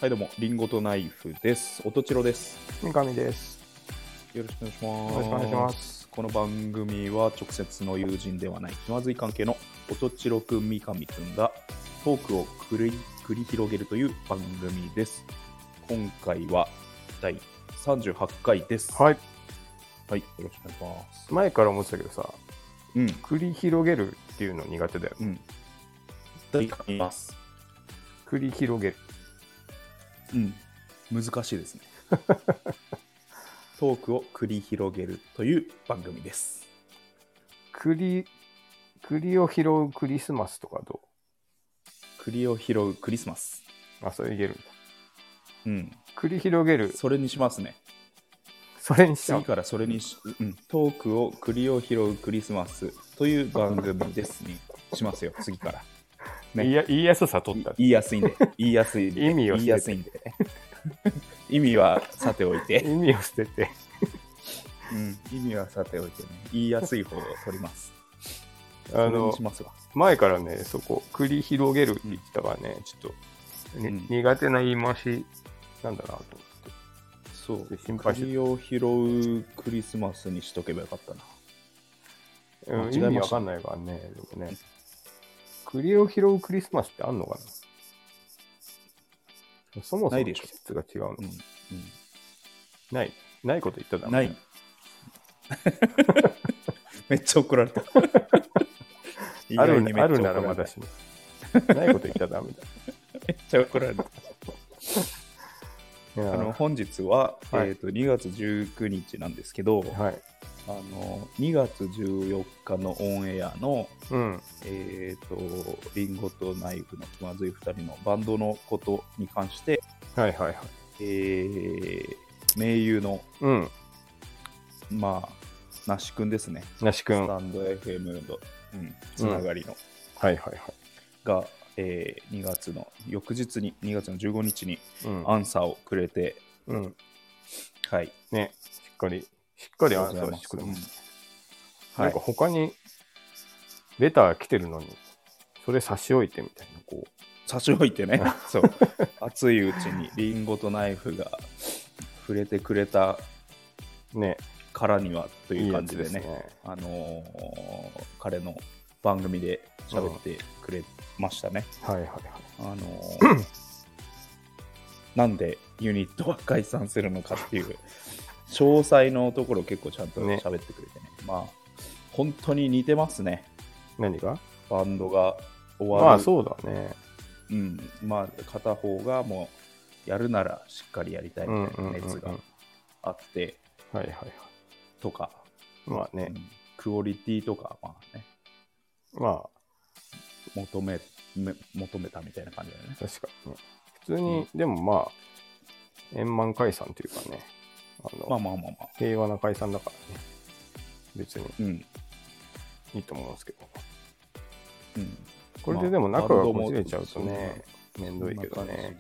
はいどうも、リンゴとナイフです。おとちろです。 三上です。 よろしくお願いします。 よろしくお願いします。 この番組は直接の友人ではない気まずい関係のおとちろくん、三上くんがトークを繰り広げるという番組です。今回は第38回です。 はい。 はい、よろしくお願いします。 前から思ってたけどさ、 繰繰り広げるっていうの苦手だよ。 大体言います。 繰り広げる。 難しいですね。トークを繰り広げるという番組です。 栗を拾うクリスマスとかど栗を拾うクリスマス。 う？それいけるんだ。繰り広げる。 それにしますね。 それにしちゃう。 次からそれにトークを栗を拾うクリスマスという番組ですにしますよ、次から。 ね、言いやすさ取った。 言いやすいんで。意味やすいんで。意味はさておいて。 意味を捨てて。 意味はさておいてね。言いやすい方を取ります。それにしますわ。 前からね、そこ、繰り広げるって言ってたからね、ちょっと、苦手な言い回しなんだなと思って。 そう。 心配して栗を拾うクリスマスにしとけばよかったな。 意味わかんないからね、でもね。栗を拾うクリスマスってあんのかな？そもそも季節が違うの。ないこと言っただろ。 ない。めっちゃ怒られた。 あるならまだしも。ないこと言ったらダメだ。 めっちゃ怒られた。本日は、2月19日なんですけど、2月14日のオンエアの、リンゴとナイフの気まずい2人のバンドのことに関して、盟友の、那須くんですね。 那須くん。 スタンド FM の、つながりの。が、2月の翌日に、2月の15日にアンサーをくれて、はい。 ね、しっかりアンサーしてくれます。なんか他にレター来てるのに、それ差し置いてみたいな、こう。 差し置いてね。そう。熱いうちにリンゴとナイフが触れてくれたからにはという感じでね、彼の番組で喋ってくれましたね。なんでユニットは解散するのかっていう詳細のところ結構ちゃんと喋ってくれてね。本当に似てますね。 何が？ バンドが終わる。 そうだね。 片方がもうやるならしっかりやりたいみたいな熱があって、とか、クオリティとか求めたみたいな感じだよね。 確かにね。普通に、でも円満解散というかね、平和な解散だからね、別にいいと思うんですけど、これででも仲がこじれちゃうとね、めんどいけどね。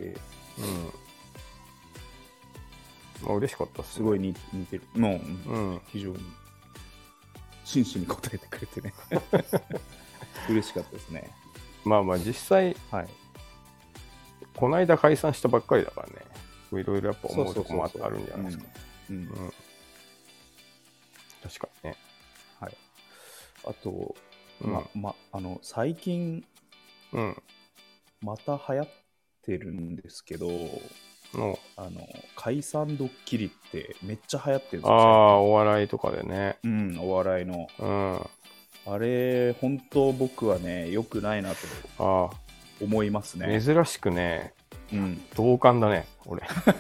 嬉しかったっすね。 すごい似てる。非常に真摯に答えてくれてね。嬉しかったですね。 実際、この間解散したばっかりだからね、いろいろやっぱ思うとこもあるんじゃないですか。確かにね。 あと、最近、また流行ってるんですけど、解散ドッキリってめっちゃ流行ってるんですよ。 お笑いとかでね。 お笑いの。あれ、本当僕はね、良くないなと思いますね。 珍しくね、同感だね、俺。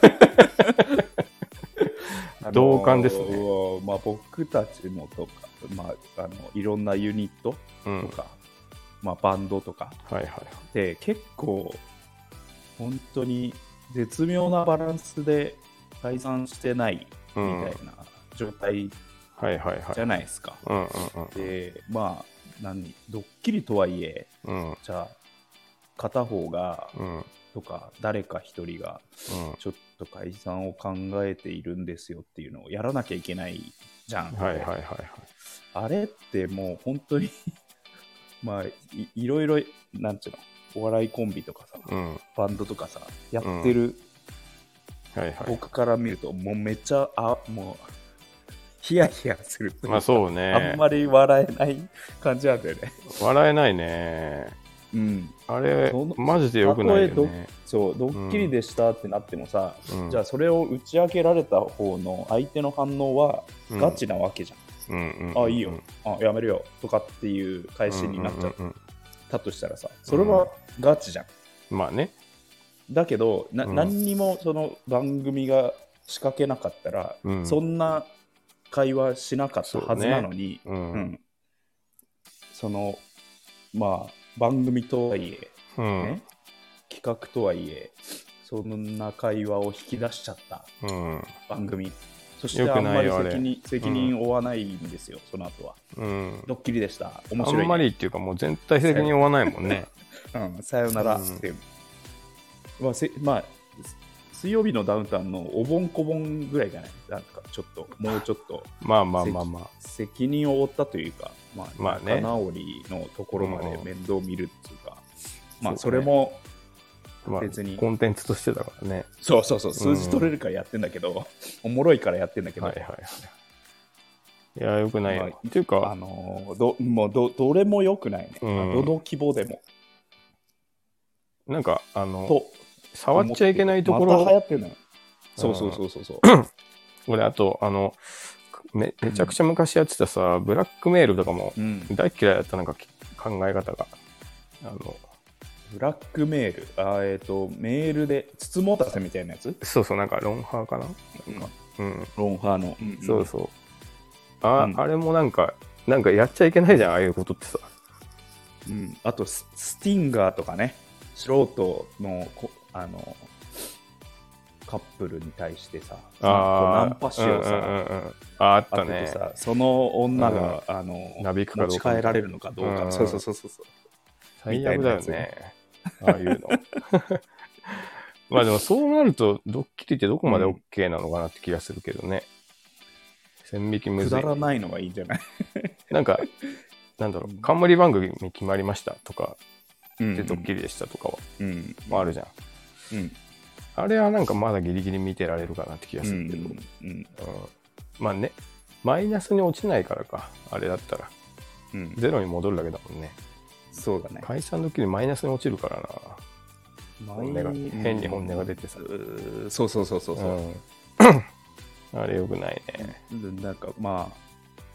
同感ですね。 僕たちもとか、いろんなユニットとか、バンドとかで結構本当に絶妙なバランスで解散してないみたいな状態じゃないですか。で、ドッキリとはいえ、じゃあ片方がとか誰か一人がちょっと解散を考えているんですよっていうのをやらなきゃいけないじゃん。あれってもう本当にいろいろなんていうの、お笑いコンビとかさ、バンドとかさやってるはいはい、僕から見るともうめっちゃもうヒヤヒヤする。 まあそうね。 あんまり笑えない感じなんだよね。 笑えないね。 うん。 あれマジで良くないよね。 そうドッキリでしたってなってもさ、じゃあそれを打ち明けられた方の相手の反応はガチなわけじゃん。あ、いいよ、やめるよとかっていう返しになっちゃったとしたらさ、それはガチじゃん。 まあね。 だけど何にもその番組が仕掛けなかったら、そんな会話しなかったはずなのに、そのまあ番組とはいえ、ね、企画とはいえそんな会話を引き出しちゃった番組、そしてあんまり責任を負わないんですよ、その後は。ドッキリでした、面白い、ね、 あんまりっていうかもう全体責任負わないもんね。 さよならって、まあ水曜日のダウンタウンのおぼんこぼんぐらいじゃない、なんかちょっともうちょっとまあ責任を負ったというか、 まあ仲直りのところまで面倒見るっていうか、まあそれも別に、 コンテンツとしてだからね。 そう数字取れるからやってんだけど、おもろいからやってんだけど、いやよくないよ、っていうかもうどれもよくないね、どの規模でも。 なんか触っちゃいけないところ、 また流行ってるのよ。そう俺あとめちゃくちゃ昔やってたさ、ブラックメールとかも大嫌いだった、なんか考え方が。 ブラックメール、メールで筒持たせみたいなやつ。 そうなんかロンハーかな、 ロンハーの、 そうあれもなんかやっちゃいけないじゃん、ああいうことってさ。 あとスティンガーとかね、素人のカップルに対してさ、ナンパ師をさ、 あったね。 さ、その女が、 なびくかどうか持ち帰られるのかどうか、そう最悪だよね、ああいうの。まあでもそうなるとドッキリってどこまで OK なのかなって気がするけどね。線引きむずい。 くだらないのがいいんじゃない？ なんだろう、冠番組決まりましたとかでドッキリでしたとかは、あるじゃん。あれはなんかまだギリギリ見てられるかなって気がするけど、まあね、マイナスに落ちないからか、あれだったら、ゼロに戻るだけだもんね。 そうだね。 解散ドッキリマイナスに落ちるからな。変に本音が出てさ。 そう。 あれよくないね。 なんかまあ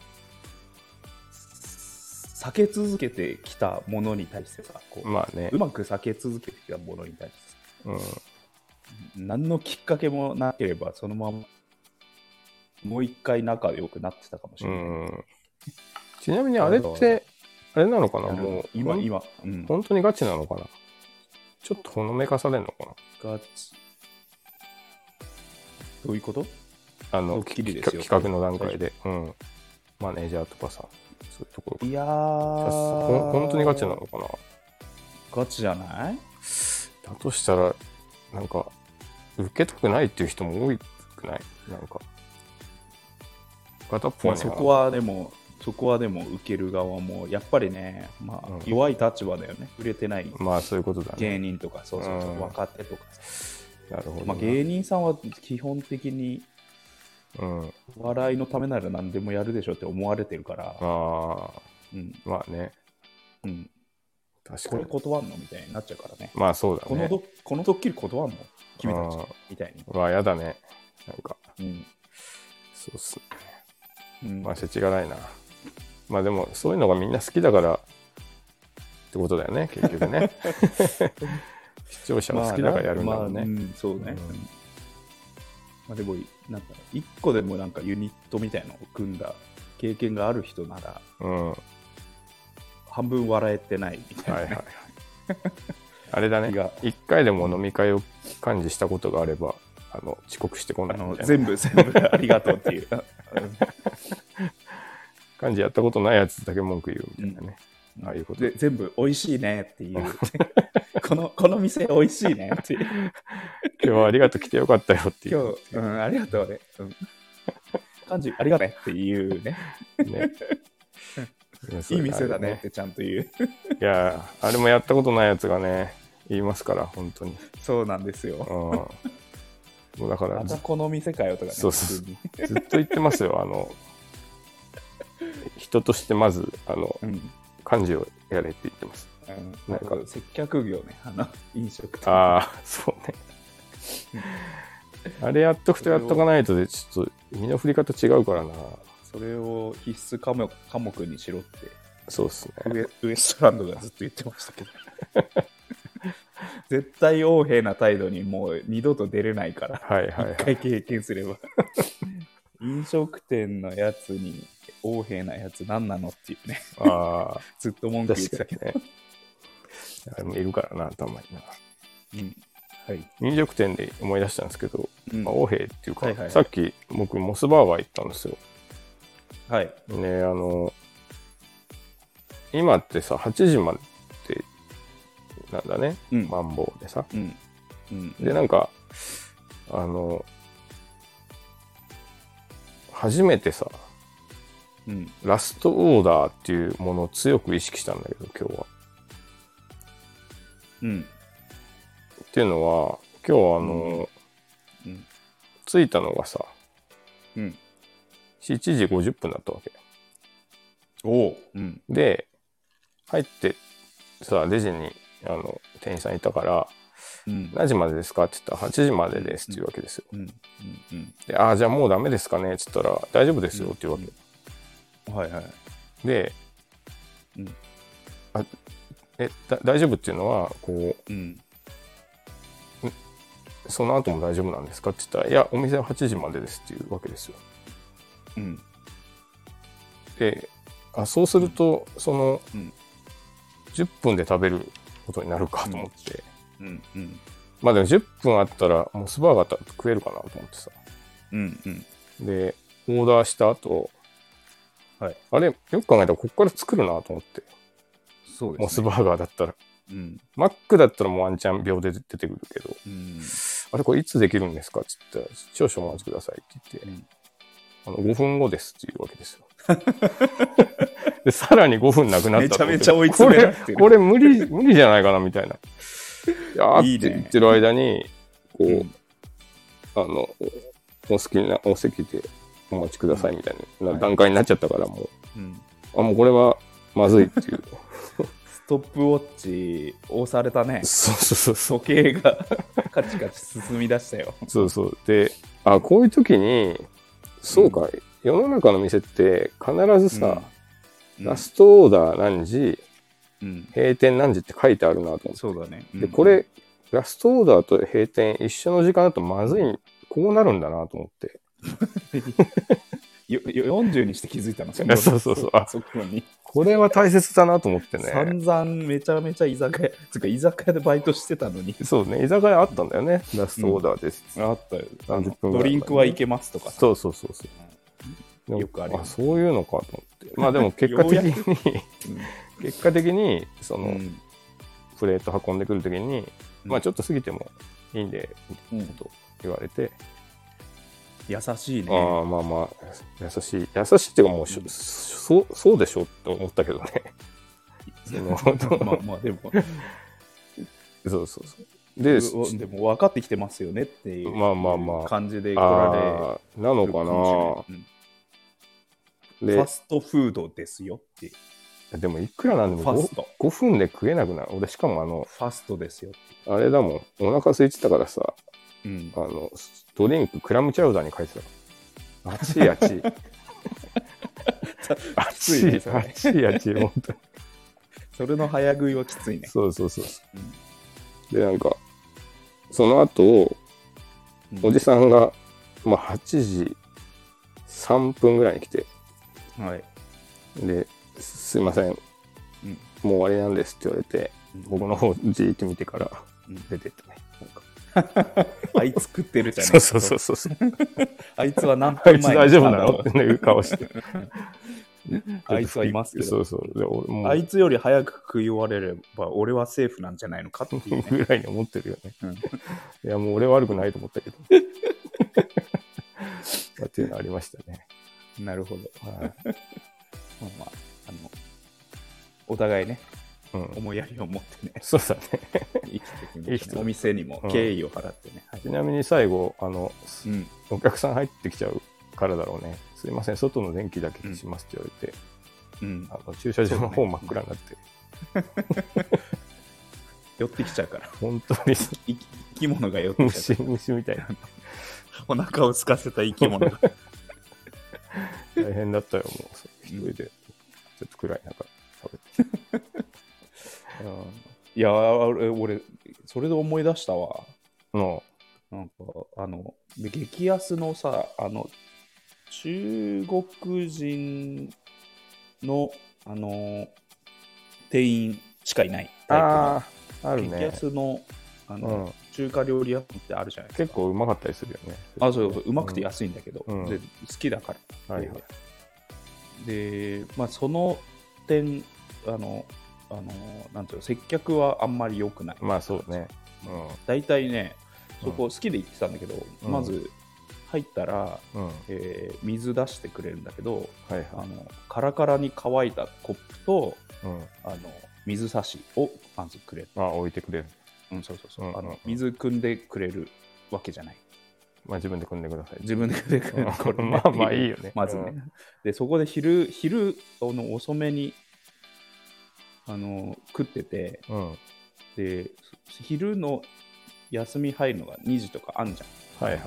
避け続けてきたものに対してさ、 まあね、 うまく避け続けてきたものに対してさ、何のきっかけもなければそのままもう一回仲良くなってたかもしれない。 ちなみにあれってあれなのかな、もう今、 本当にガチなのかな、ちょっとほのめかされるのかな。 ガチどういうこと？ 企画の段階で、マネージャーとかさ、そういうところ。 いやー、 本当にガチなのかな。 ガチじゃない？ だとしたらなんか受けたくないっていう人も多くない？なんか片っぽはね、 そこはでも受ける側もやっぱりね、まあ弱い立場だよね。売れてない、 まあそういうことだね。 芸人とか若手とか。 なるほど。 まあ芸人さんは基本的に笑いのためなら何でもやるでしょって思われてるから。 まあね。 確かに。これ断んのみたいになっちゃうからね。 まあそうだね。 このドッキリ断んの君たちみたいに。 やだね。なんか。そうっすね。まあ世知がないな。まあでもそういうのがみんな好きだからってことだよね、結局ね。視聴者は好きだからやるんだろうね。 そうね。まあでもなんか一個でもなんかユニットみたいなのを組んだ経験がある人なら、半分笑えてないみたいな。 あれだね。一回でも飲み会を幹事したことがあれば、遅刻してこないみたいな。 全部ありがとうっていう。 幹事やったことないやつだけ文句言うみたいなね。ああいうことで全部美味しいねっていう。この店美味しいねっていう。 今日はありがとう来てよかったよっていう。 今日、ありがとうね。幹事ありがとうねっていうね。いい店だねってちゃんと言う。 いや、あれもやったことないやつがね、言いますから、本当に。 そうなんですよ。 もうだからまたこの店かよとかね。 そうそうずっと言ってますよ。人としてまず幹事をやれって言ってます。 なんか接客業ね、飲食店。 ああ、そうね。あれやっとくとやっとかないとで、ちょっと身の振り方違うからな。 それを必須科目にしろって。 そうですね。 ウエストランドがずっと言ってましたけど。絶対横柄な態度にもう二度と出れないから、一回経験すれば。飲食店のやつに横柄なやつ何なのっていうね。ずっと文句言ってたけどね。 いるからな、たまにな。 はい、 飲食店で思い出したんですけど、横柄っていうか、さっき僕モスバーガー行ったんですよ。 はい。 ね、今ってさ、8時までなんだね、マンボウでさ。で、なんか、初めてさ、ラストオーダーっていうものを強く意識したんだけど、今日は。っていうのは、今日着いたのがさ、7時50分だったわけ。で、入ってさ、レジに店員さんいたから、何時までですかって言ったら、8時までですって言うわけですよ。で、じゃあもうダメですかねって言ったら、大丈夫ですよって言うわけ。 はいはい。 で、大丈夫っていうのは、こう、その後も大丈夫なんですかって言ったら、いや、お店は8時までですっていうわけですよ。で、そうすると、その、10分で食べることになるかと思って。まあでも10分あったら、モスバーガー食えるかなと思ってさ。で、オーダーした後、あれ、よく考えたらこっから作るなと思って。 そうですね。 モスバーガーだったら。マックだったらもうワンチャン秒で出てくるけど、あれこれいつできるんですかって言ったら、少々お待ちくださいって言って、5分後ですっていうわけですよ。で、さらに5分なくなった。 めちゃめちゃ追い詰められてる。 これ無理じゃないかなみたいな。いいって言ってる間に、こう、お好きなお席でお待ちくださいみたいな段階になっちゃったからもう、もうこれはまずいっていう。 ストップウォッチ押されたね。 そう時計がカチカチ進み出したよ。 そうそう。で、こういう時に、そうか、世の中の店って必ずさ、ラストオーダー何時、閉店何時って書いてあるなと思って。 そうだね。 で、これ、ラストオーダーと閉店一緒の時間だとまずい、こうなるんだなと思って。 40にして気づいたの。 そう。 そこに。 これは大切だなと思ってね。 散々めちゃめちゃ居酒屋、つか居酒屋でバイトしてたのに。 そうね、居酒屋あったんだよね。ラストオーダーです。 あったよ。 30分ぐらい。 ドリンクはいけますとか。 そう。 よくある。 そういうのかと思って。まあでも結果的に、その、プレート運んでくるときに、まあちょっと過ぎてもいいんで、と言われて。 優しいね。 まあ、優しい。優しいっていうかもう、そうでしょって思ったけどね。 まあでも。 そう。 でも分かってきてますよねっていう感じで来られなのかな。 ファストフードですよって。 でもいくらなんでも 5分で食えなくなる。俺しかもファストですよって。 あれだもん。お腹空いてたからさ、ドリンククラムチャウダーに書いてた。熱い。熱い、本当に。 それの早食いはきついね。 そう。で、なんか、その後、おじさんが、まあ、8時3分ぐらいに来て、で、すいません、もう終わりなんですって言われて、僕の方じーって見てから出てったね。 あいつ食ってるじゃん。そう。 あいつは何分前に大丈夫なのっていう顔して。 あいつはいますけど。 そう。 あいつより早く食い終われれば、俺はセーフなんじゃないのかっていう、ね。 ぐらいに思ってるよね。いや、もう俺悪くないと思ったけど。っていうのありましたね。 なるほど。お互いね、 思いやりを持ってね、 そうだね。 生きてきましたね。お店にも敬意を払ってね。 ちなみに最後、お客さん入ってきちゃうからだろうね。すいません、外の電気だけ消しますって言われて、駐車場の方真っ暗になって。 寄ってきちゃうから。 本当に生き物が寄ってきちゃう。 虫みたいな。 お腹を空かせた生き物が。 大変だったよ、もう。一人で、ちょっと暗い中食べて。 いや、俺、それで思い出したわ。なんか、激安のさ、中国人の、店員しかいないタイプの。 あるね。 激安の、中華料理屋ってあるじゃないですか。 結構うまかったりするよね。 そう、うまくて安いんだけど、で好きだから。で、その点、なんていうの、接客はあんまり良くない。 そうね。 大体ね、そこ好きで行ってたんだけど、まず入ったら、水出してくれるんだけど、カラカラに乾いたコップと、水差しをまずくれる。 置いてくれる。 そう。水汲んでくれるわけじゃない。 自分で汲んでください。 自分で汲んでくれる。これね、いいよね。 まずね。で、そこで昼遅めに食ってて、で、昼の休み入るのが2時とかあんじゃん。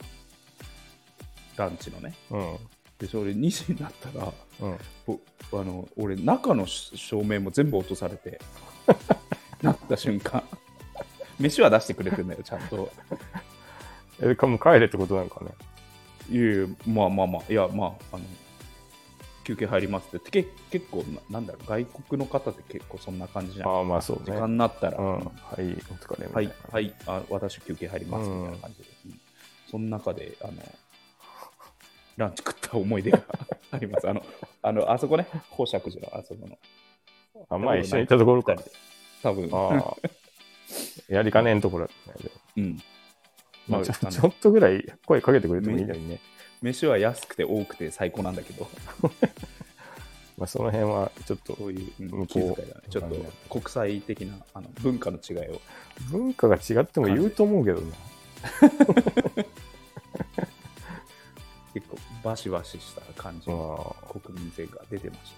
ランチのね。で、それ2時になったら、俺、中の照明も全部落とされて、なった瞬間、飯は出してくれてんだよ、ちゃんと。 もう帰れってことなのかね。 いや、休憩入りますって結構なんだろう、外国の方って結構そんな感じじゃん。 そうね。 時間になったら、 はい、お疲れみたいな。 はい、私休憩入りますみたいな感じで、その中でランチ食った思い出があります。あそこね、宝石寺のあそこの。 前一緒に行ったところか。 多分。 やりかねんところだったね。ちょっとぐらい声かけてくれてもいいのにね。 飯は安くて多くて最高なんだけど。 その辺はちょっとそういう気遣いだね。ちょっと国際的な文化の違いを。 文化が違っても言うと思うけどな。 結構バシバシした感じの国民性が出てました。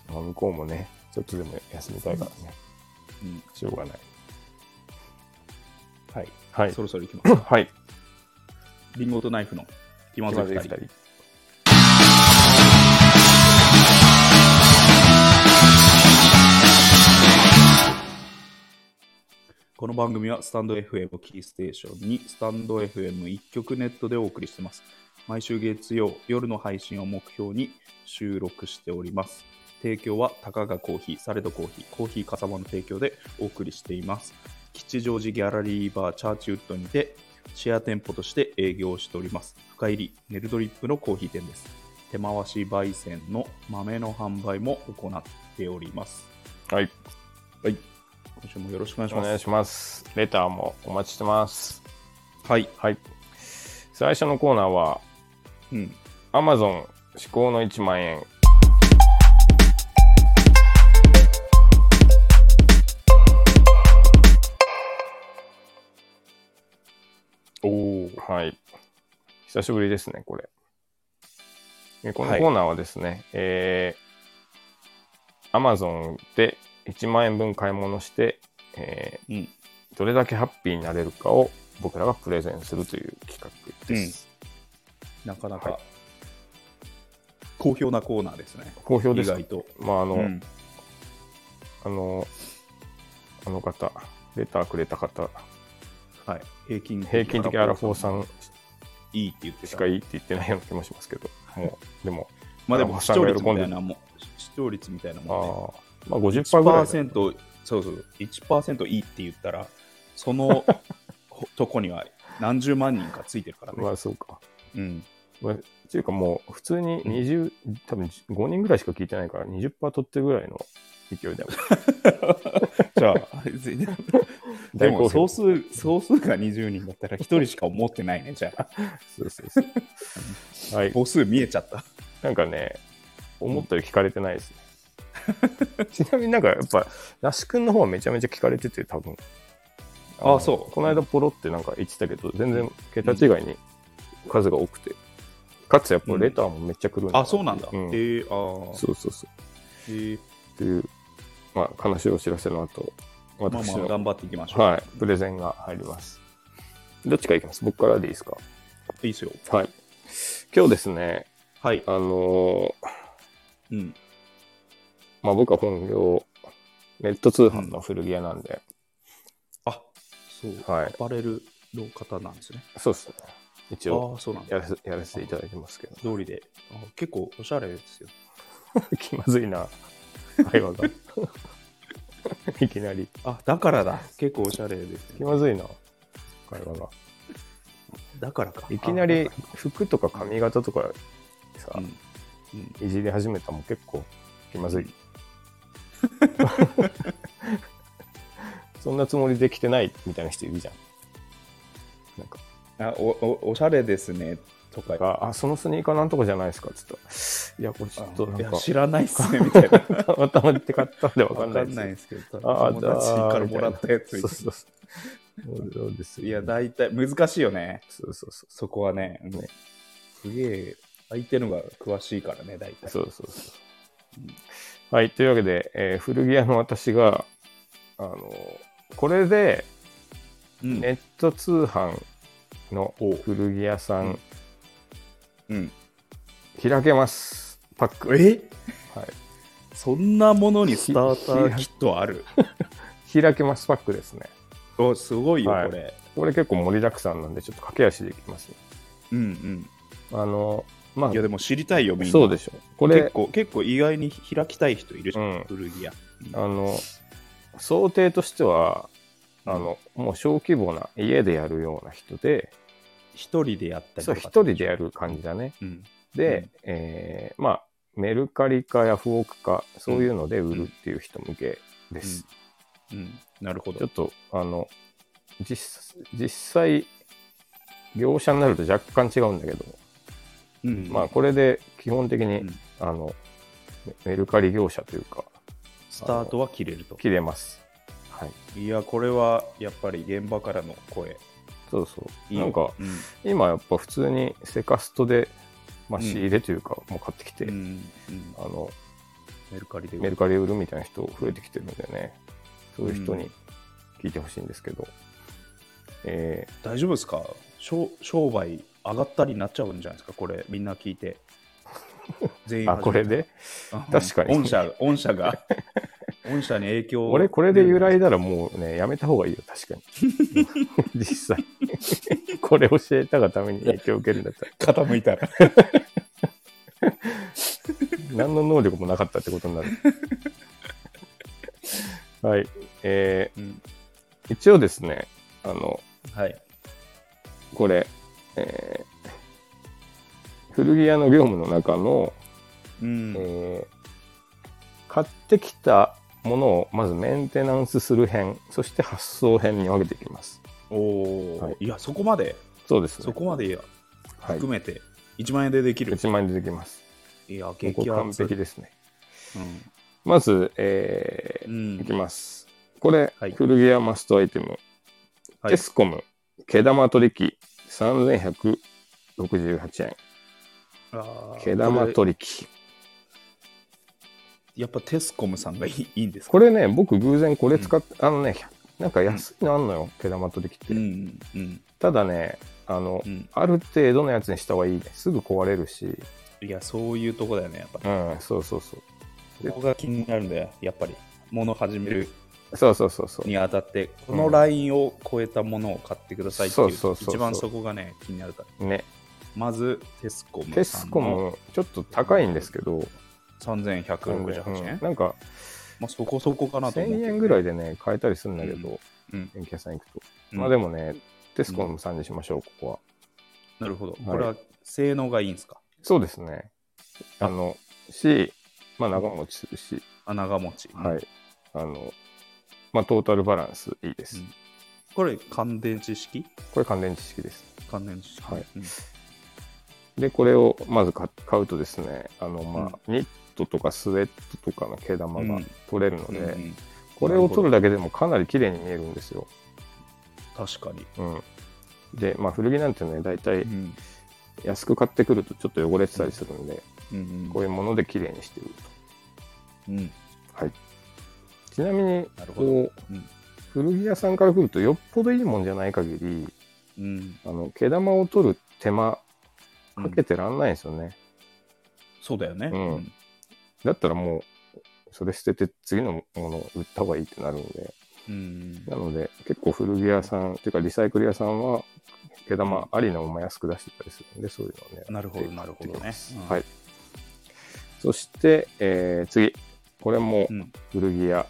向こうもね、ちょっとでも休みたいからね。しょうがない。 はい。そろそろ行きます。 はい。 リンゴとナイフの気まずい2人。この番組はスタンド FM をキーステーションにスタンド FM 一曲ネットでお送りしています。毎週月曜夜の配信を目標に収録しております。提供はたかがコーヒー、サレドコーヒー、コーヒーかさばの提供でお送りしています。吉祥寺ギャラリーバーチャーチウッドにてシェア店舗として営業しております。深入りネルドリップのコーヒー店です。手回し焙煎の豆の販売も行っております。 はい。 はい。今週もよろしくお願いします。 お願いします。レターもお待ちしてます。 はい。 はい。最初のコーナーは、Amazon 至高の1万円。はい。久しぶりですね、これ。このコーナーはですね、Amazon で1万円分買い物して、どれだけハッピーになれるかを僕らがプレゼンするという企画です。 なかなか好評なコーナーですね。 好評です。 意外と。 あの方、レターくれた方、 はい、平均的アラフォーさんいいって言ってた。 しかいいって言ってないような気もしますけど、でも、 でも視聴率みたいなもん、視聴率みたいなもんね。 50% ぐらい。 1% いいって言ったら、そのとこには何十万人かついてるからね。 そうか。っていうかもう、普通に多分5人ぐらいしか聞いてないから、20% 取ってるぐらいの勢いだよ。 じゃあ、でも総数が20人だったら1人しか思ってないね、じゃあ。 そう。はい。 母数見えちゃった。 なんかね、思ったより聞かれてないですね。 ちなみになんかやっぱ、那須くんの方はめちゃめちゃ聞かれてて、多分。 そう。 この間ポロってなんか言ってたけど、全然桁違いに数が多くて。かつやっぱレターもめっちゃ来るんだ、そうなんだ。 そうそうそう。っていう、まあ、悲しいお知らせの後、私の、 頑張っていきましょう。 はい、プレゼンが入ります。どっちからいきます？僕からでいいですか？ いいですよ。 はい。今日ですね、 はい。 まあ僕は本業、ネット通販の古着屋なんで。 そう、はい。アパレルの方なんですね。 そうですね。一応、 そうなんやらせていただいてますけど。 通りで。結構おしゃれですよ。 気まずいな、会話が。いきなり。 だからだ。結構おしゃれです、ね。 気まずいな、会話が。 だからか。 いきなり服とか髪型とかさ、いじり始めたも結構気まずい。そんなつもりで来てないみたいな人いるじゃん。なんかおしゃれですねとか。 そのスニーカーなんとかじゃないですかっつったら、いやこれちょっとなんか知らないっすねみたいな。 たまたまって買ったんでわかんないですけど、友達からもらったやつみたいな。そうです。いや大体難しいよね。そこはね。すげえ相手のが詳しいからね大体。 そう。はい、というわけで、古着屋の私がこれでネット通販の古着屋さん、開けます。パック。 はい。そんなものにスターターキットある？ 開けますパックですね。 すごいよ、これ。 これ結構盛りだくさんなんで、ちょっと駆け足でいきますね。 まあ、いやでも知りたいよ、みんな。 そうでしょ。これ結構意外に開きたい人いるじゃん、古着屋。 想定としては、もう小規模な家でやるような人で、 一人でやったりとか。 一人でやる感じだね。で、まあ、メルカリかヤフオクか、そういうので売るっていう人向けです。 なるほど。 ちょっと、実際、業者になると若干違うんだけど、まあ、これで基本的に、メルカリ業者というか、 スタートは切れると。 切れます。はい。 いや、これはやっぱり現場からの声。 そうそう。なんか、今やっぱ普通にセカストで、まあ、仕入れというか、もう買ってきて、メルカリで売るみたいな人増えてきてるんでね、そういう人に聞いてほしいんですけど。 大丈夫ですか？商売上がったりなっちゃうんじゃないですか、これ、みんな聞いて。 全員これで確かに。 御社が。御社に影響。 俺、これで由来ならもうね、やめた方がいいよ、確かに。実際。これ教えたがために影響を受けるんだったら。傾いたら。 何の能力もなかったってことになる。はい。一応ですね、 はい。 これ、古着屋の業務の中の、買ってきたものをまずメンテナンスする編、そして発送編に分けていきます。 いや、そこまで。 そうですね。 そこまで含めて1万円でできる。 1万円でできます。 いや、激アツ。 完璧ですね。まず、いきます。これ、古着屋マストアイテム。テスコム毛玉取り機3168円。毛玉取り機。 やっぱテスコムさんがいいんですか？ これね、僕偶然これ使って、なんか安いのあんのよ、毛玉取り機って。ただね、ある程度のやつにした方がいいね。すぐ壊れるし。 いや、そういうとこだよね、やっぱり。 そう。 ここが気になるんだよ、やっぱり。物を始める。 そうにあたって、このラインを超えたものを買ってくださいっていう、一番そこがね、気になるから。 ね。 まず、テスコムさんの。 テスコム、ちょっと高いんですけど、 3168円。 なんか、 まあ、そこそこかなと思う。 1000円ぐらいでね、買えたりするんだけど、電気屋さん行くと。まあでもね、テスコムさんにしましょう、ここは。 なるほど。これは性能がいいんですか？ そうですね。まあ長持ちするし。 長持ち。 はい。まあトータルバランスいいです。 これ乾電池式？ これ乾電池式です。 乾電池式。 はい。で、これをまず買うとですね、ニットとかスウェットとかの毛玉が取れるので、これを取るだけでもかなり綺麗に見えるんですよ。 確かに。 で、まあ古着なんてね、大体安く買ってくるとちょっと汚れてたりするんで、こういうもので綺麗にしていると。はい。ちなみに、こう、古着屋さんから来るとよっぽどいいもんじゃない限り、毛玉を取る手間かけてらんないんですよね。 そうだよね。 だったらもう、それ捨てて次のものを売った方がいいってなるんで。なので、結構古着屋さん、というかリサイクル屋さんは、毛玉ありのまま安く出してたりするんで、そういうのをね。 なるほど、なるほどね。 はい。そして、次。これも古着屋、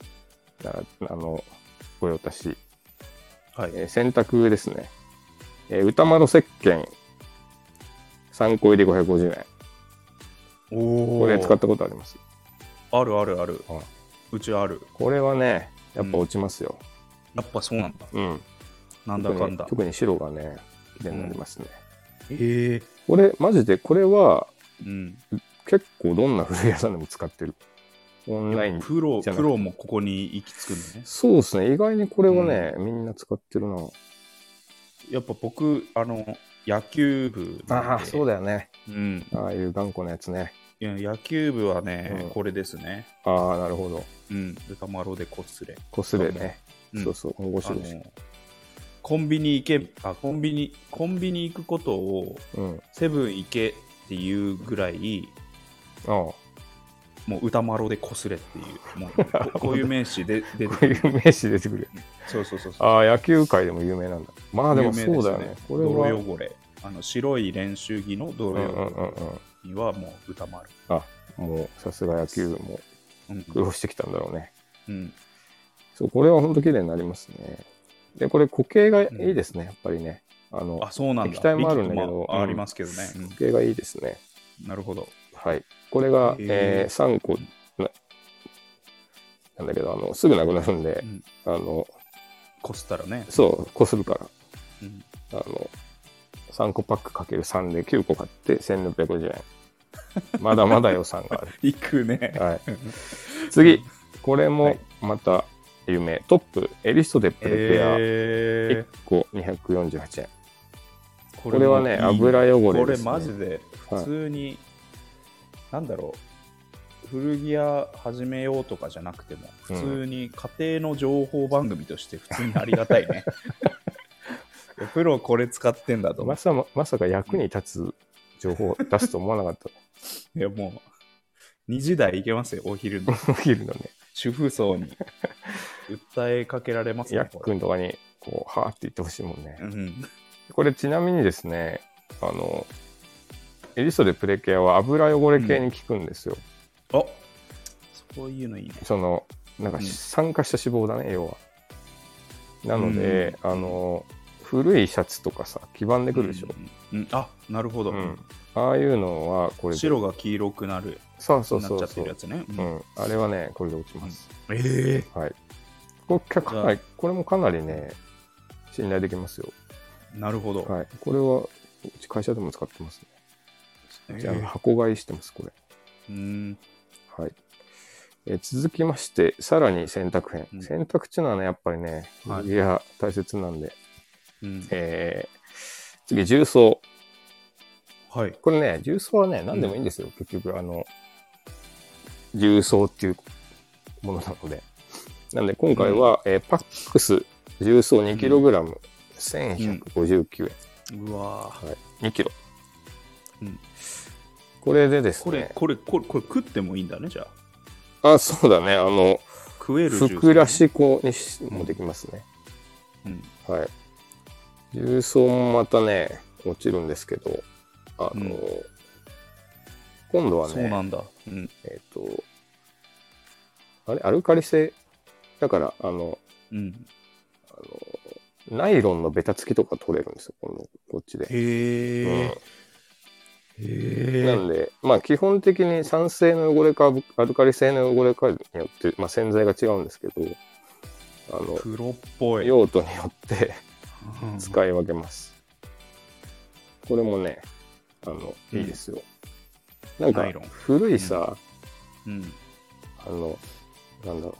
ご用達。洗濯ですね。歌丸石鹸3個入り550円。これ使ったことあります？ あるあるある。うちある。 これはね、やっぱ落ちますよ。 やっぱそうなんだ。なんだかんだ。 特に白がね、綺麗になりますね。 これ、マジで、これは、結構どんな古着屋さんでも使ってる。オンラインプロもここに行き着くのね。 そうですね。意外にこれはね、みんな使ってるな。 やっぱ僕、野球部で。 ああ、そうだよね。ああいう頑固なやつね。 いや、野球部はね、これですね。 ああ、なるほど。 歌丸でこすれ。 こすれね。そうそう、面白いし。 コンビニ行くことを、セブン行けっていうぐらい、もう歌丸でこすれっていう、もうこういう名詞で出てくる。 こういう名詞出てくる。 そうそうそう。 ああ、野球界でも有名なんだ。まあでもそうだよね。 これは泥汚れ。白い練習着の泥汚れにはもう歌丸。 もうさすが野球も苦労してきたんだろうね。そう、これは本当綺麗になりますね。で、これ固形がいいですね、やっぱりね。 そうなんだ。 液体もあるんだけど、 ありますけどね。 固形がいいですね。 なるほど。 はい。これが、3個なんだけど、すぐなくなるんで、 こすったらね。 そう、こするから。3個パックかける3で9個買って1650円。まだまだ予算がある。 いくね。 はい。次。これもまた有名。トップ、エリストでプレペア。1個248円。これはね、油汚れですね。 これマジで普通に、なんだろう、古着屋始めようとかじゃなくても、普通に家庭の情報番組として普通にありがたいね。プロこれ使ってんだと。 まさか役に立つ情報を出すと思わなかった。 いや、もう、2時台いけますよ、お昼の。 お昼のね。 主婦層に訴えかけられますね。 ヤックンとかに、こう、はーって言ってほしいもんね。これちなみにですね、エリストでプレケアは油汚れ系に効くんですよ。 そういうのいいね。 なんか酸化した脂肪だね、要は。なので、古いシャツとかさ、黄ばんでくるでしょ。 なるほど。 ああいうのは、これ。 白が黄色くなる。 そう。 なっちゃってるやつね。 あれはね、これで落ちます。 はい。 これもかなりね、信頼できますよ。 なるほど。 はい。これは、うち会社でも使ってますね。じゃあ、箱買いしてます、これ。はい。続きまして、さらに洗濯編。洗濯っていうのはね、やっぱりね、いや、大切なんで。次、重曹。 はい。 これね、重曹はね、何でもいいんですよ。結局、重曹っていうものなので。なんで、今回は、パックス重曹 2kg、1159円。 うわぁ。はい。2キロ。これでですね。 これ食ってもいいんだね、じゃあ。そうだね。 食えるふくらし粉にもできますね。はい。重曹もまたね、落ちるんですけど、今度はね、 そうなんだ。 アルカリ性だから、ナイロンのベタつきとか取れるんですよ、こっちで。なんで、まあ基本的に酸性の汚れかアルカリ性の汚れかによって、まあ洗剤が違うんですけど、 黒っぽい。 用途によって使い分けます。これもね、いいですよ。なんか、古いさ、 うん、 なんだろ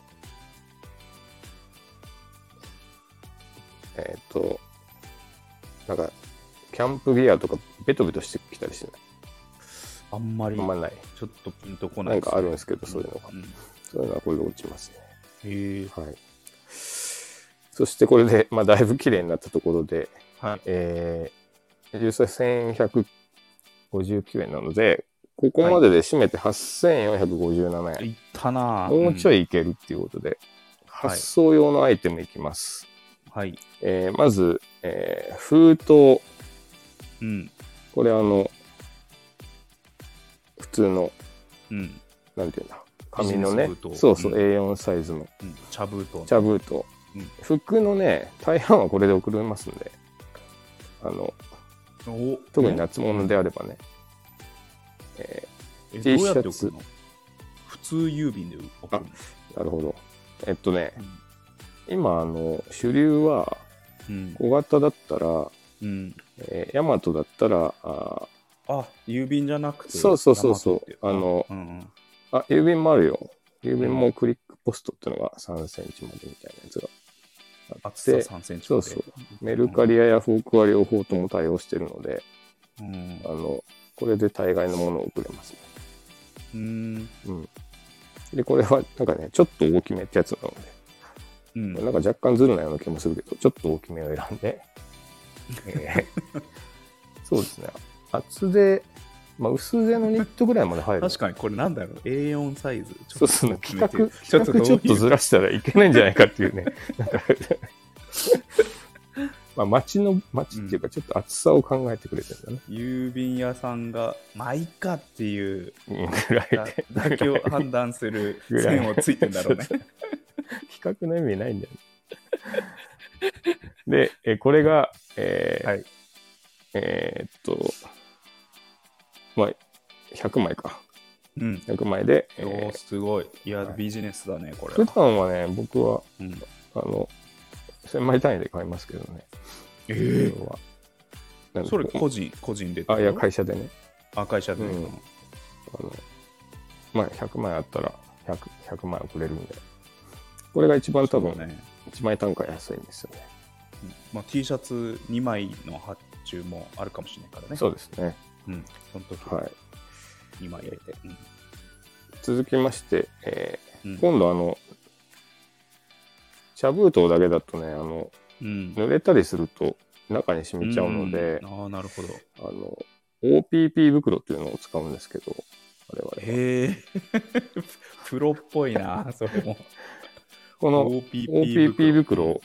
う。なんか、キャンプギアとかベトベトしてきたりしてない？ あんまりない。 ちょっとピンとこない、 なんかあるんですけど、そういうのが。そういうのはこれで落ちますね。 へえ。 はい。そしてこれで、まあ、だいぶ綺麗になったところで、 はい。 実際1159円なので、ここまでで締めて8457円。 いったな。 もうちょいいけるっていうことで、発送用のアイテムいきます。 はい。 まず、封筒。 うん。 これ普通の、 うん、 なんていうんだ、紙のね、そうそう、A4 サイズの、 茶封筒。 茶封筒。服のね、大半はこれで送れますんで、特に夏物であればね、 T シャツ。普通郵便で送るの？ なるほど。今、主流は、小型だったら、ヤマトだったら、 郵便じゃなくて。 そう。郵便もあるよ。郵便もクリックポストっていうのが3センチまでみたいなやつがあって、 厚さ3センチまで。 メルカリやヤフオクは両方とも対応してるので、これで大概のものを送れますね。で、これはなんかね、ちょっと大きめってやつなので、なんか若干ずるなような気もするけど、ちょっと大きめを選んで、そうですね。厚手、薄手のニットぐらいまで入る。 確かにこれなんだろう、A4 サイズ。 そうですね。企画ちょっとずらしたらいけないんじゃないかっていうね。街っていうかちょっと厚さを考えてくれてるんだね。 郵便屋さんがいっかっていうぐらいで妥協を判断する線をついてんだろうね。 比較の意味ないんだよね。で、これが、はい、100枚か。100枚で。 すごい。いや、ビジネスだね、これ。 普段はね、僕は、1000枚単位で買いますけどね。 それ個人で？ いや、会社でね。 会社で。 100枚あったら100枚送れるんで。これが一番多分、1枚単価安いんですよね。 T シャツ2枚の発注もあるかもしれないからね。 そうですね。 その時は2枚入れて。 続きまして、今度茶封筒だけだとね、濡れたりすると中に染みちゃうので、 なるほど。 OPP 袋っていうのを使うんですけど、 プロっぽいな、それも。 この OPP 袋、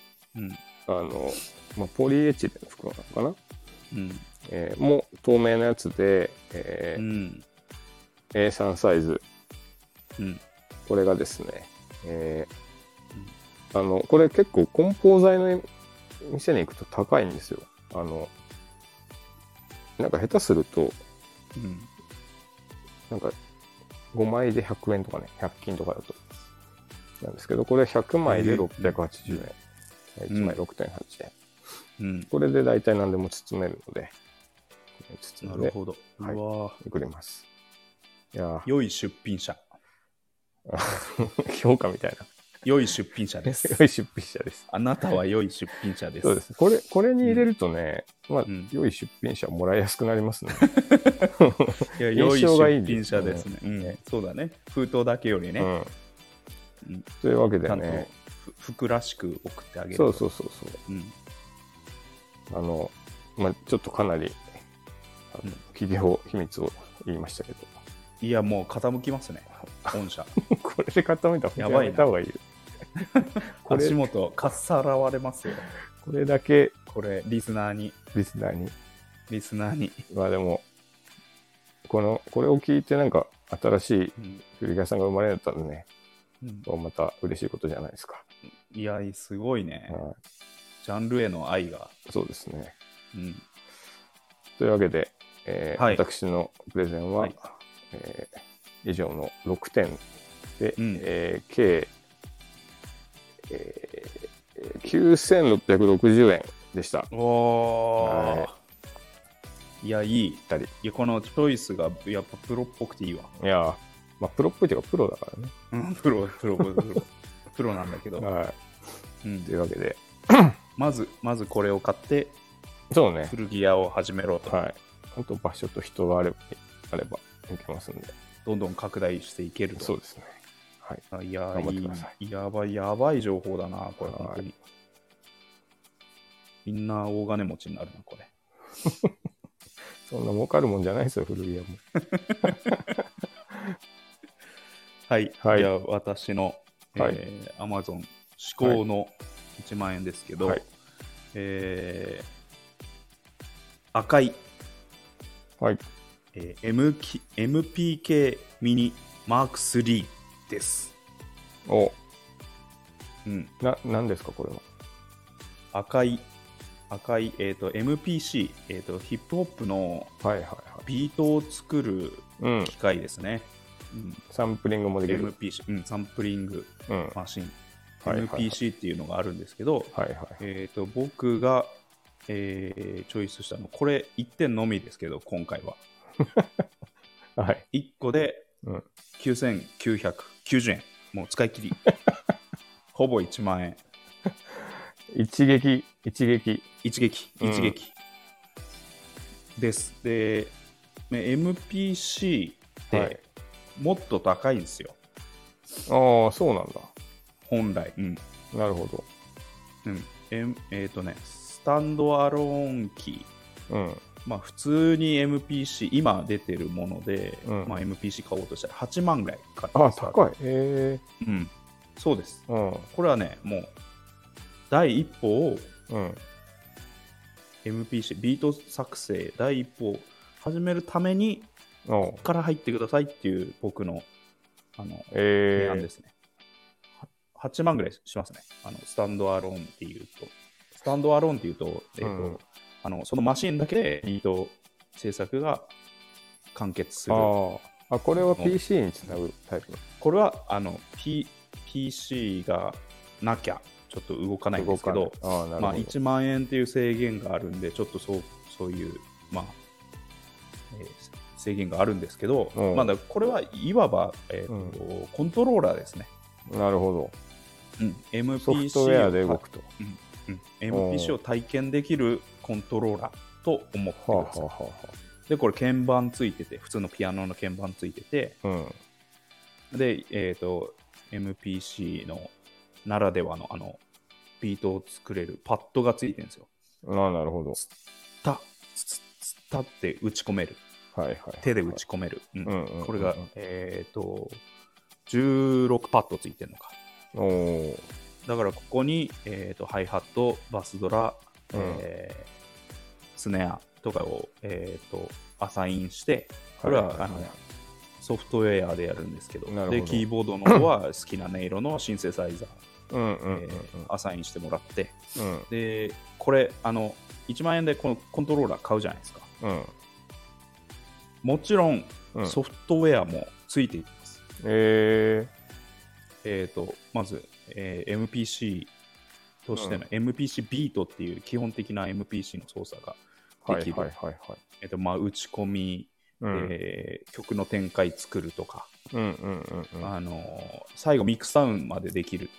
ポリエチレンの袋なのかな、もう透明なやつで、A3 サイズ、これがですね、これ結構梱包材の店に行くと高いんですよ。なんか下手すると、なんか5枚で100円とかね、100均とかだと。なんですけど、これ100枚で680円。1枚 6.8 円。これで大体何でも包めるので、 なるほど。 送れます。 良い出品者。 評価みたいな。 良い出品者です。 良い出品者です。 あなたは良い出品者です。 そうです。これに入れるとね、良い出品者をもらいやすくなりますね。 良い出品者ですね。そうだね。封筒だけよりね。 というわけでね。 服らしく送ってあげる。 そう。ちょっとかなり企業秘密を言いましたけど。 いや、もう傾きますね。御社。 これで傾いたらやばいた方がいいよ。 足元かっさらわれますよ。 これだけ、 これリスナーに。 まあでもこれを聞いてなんか新しい古着屋さんが生まれたらね、また嬉しいことじゃないですか。 いや、すごいね。ジャンルへの愛が。 そうですね。というわけで、私のプレゼンは、以上の6点で、計9660円でした。 いや、いい。このチョイスがやっぱプロっぽくていいわ。 いや、 まあプロっぽいというかプロだからね。 うん、プロなんだけど。 はい。というわけで。 まずこれを買って、 そうね。 古着屋を始めろと。 はい。本当場所と人があればいけますんで。 どんどん拡大していけると。 そうですね。はい。 いや、 頑張ってください。やばい情報だな、これ、本当に。みんな大金持ちになるな、これ。 そんな儲かるもんじゃないですよ、古着屋も。 はい。じゃあ、私の、Amazon 至高の1万円ですけど、赤い、MPK ミニマーク3です。 何ですか、これは。 赤い、MPC、ヒップホップのビートを作る機械ですね。 サンプリングもできる。 MPC、サンプリングマシン。MPC っていうのがあるんですけど、僕が、チョイスしたの、これ1点のみですけど、今回は。1個で9990円。もう使い切り。ほぼ1万円。一撃です。で、MPC ってもっと高いんですよ。 ああ、そうなんだ。 本来。 なるほど。 スタンドアローン機。まあ普通に MPC、今出てるもので、MPC 買おうとしたら8万ぐらいかかる。 高い。 そうです。これはね、もう第一歩を、MPC、ビート作成第一歩を始めるために、ここから入ってくださいっていう僕の提案ですね。8万ぐらいしますね。スタンドアローンっていうと。そのマシンだけでビート制作が完結する。 これは PC につなぐタイプ。 これはPC がなきゃちょっと動かないんですけど、1万円っていう制限があるんで、ちょっとそういう、制限があるんですけど、だこれはいわば、コントローラーですね。 なるほど。 MPC ソフトウェアで動くと。 MPC を体験できるコントローラーと思ってください。で、これ鍵盤ついてて、普通のピアノの鍵盤ついてて、で、MPC のならではのビートを作れるパッドがついてるんですよ。 なるほど。 スタって打ち込める。手で打ち込める。これが、16パッドついてるのか。だからここに、ハイハット、バスドラ、スネアとかを、アサインして、これは、ソフトウェアでやるんですけど、でキーボードの方は好きな音色のシンセサイザー、アサインしてもらって、でこれ1万円でこのコントローラー買うじゃないですか。もちろん、ソフトウェアもついています。まず、MPC としての MPC ビートっていう基本的な MPC の操作ができる。打ち込み、曲の展開作るとか、最後ミックスダウンまでできる、